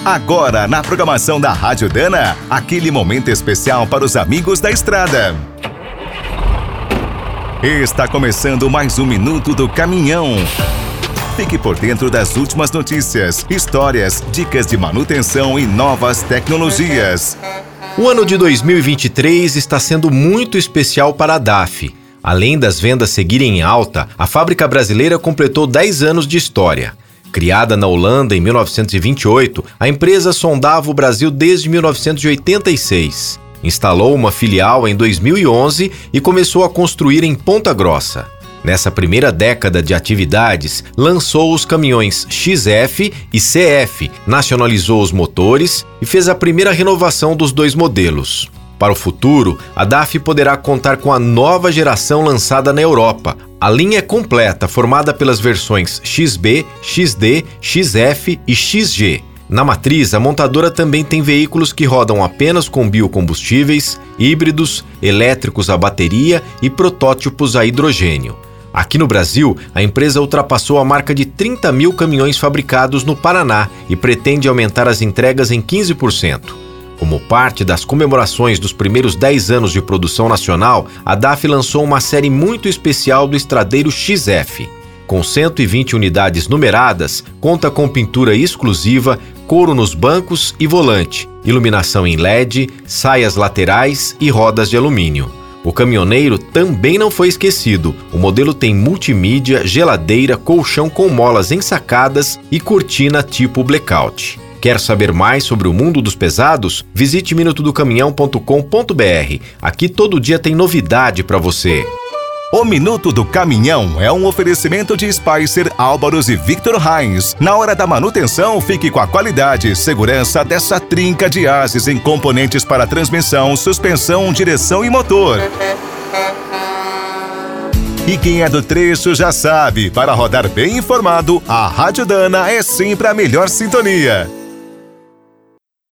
Agora, na programação da Rádio Dana, aquele momento especial para os amigos da estrada. Está começando mais um Minuto do Caminhão. Fique por dentro das últimas notícias, histórias, dicas de manutenção e novas tecnologias. O ano de 2023 está sendo muito especial para a DAF. Além das vendas seguirem em alta, a fábrica brasileira completou 10 anos de história. Criada na Holanda em 1928, a empresa sondava o Brasil desde 1986. Instalou uma filial em 2011 e começou a construir em Ponta Grossa. Nessa primeira década de atividades, lançou os caminhões XF e CF, nacionalizou os motores e fez a primeira renovação dos dois modelos. Para o futuro, a DAF poderá contar com a nova geração lançada na Europa. A linha é completa, formada pelas versões XB, XD, XF e XG. Na matriz, a montadora também tem veículos que rodam apenas com biocombustíveis, híbridos, elétricos a bateria e protótipos a hidrogênio. Aqui no Brasil, a empresa ultrapassou a marca de 30 mil caminhões fabricados no Paraná e pretende aumentar as entregas em 15%. Como parte das comemorações dos primeiros 10 anos de produção nacional, a DAF lançou uma série muito especial do estradeiro XF. Com 120 unidades numeradas, conta com pintura exclusiva, couro nos bancos e volante, iluminação em LED, saias laterais e rodas de alumínio. O caminhoneiro também não foi esquecido. O modelo tem multimídia, geladeira, colchão com molas ensacadas e cortina tipo blackout. Quer saber mais sobre o mundo dos pesados? Visite minutodocaminhão.com.br. Aqui todo dia tem novidade para você. O Minuto do Caminhão é um oferecimento de Spicer, Álvaros e Victor Heinz. Na hora da manutenção, fique com a qualidade e segurança dessa trinca de ases em componentes para transmissão, suspensão, direção e motor. E quem é do trecho já sabe, para rodar bem informado, a Rádio Dana é sempre a melhor sintonia.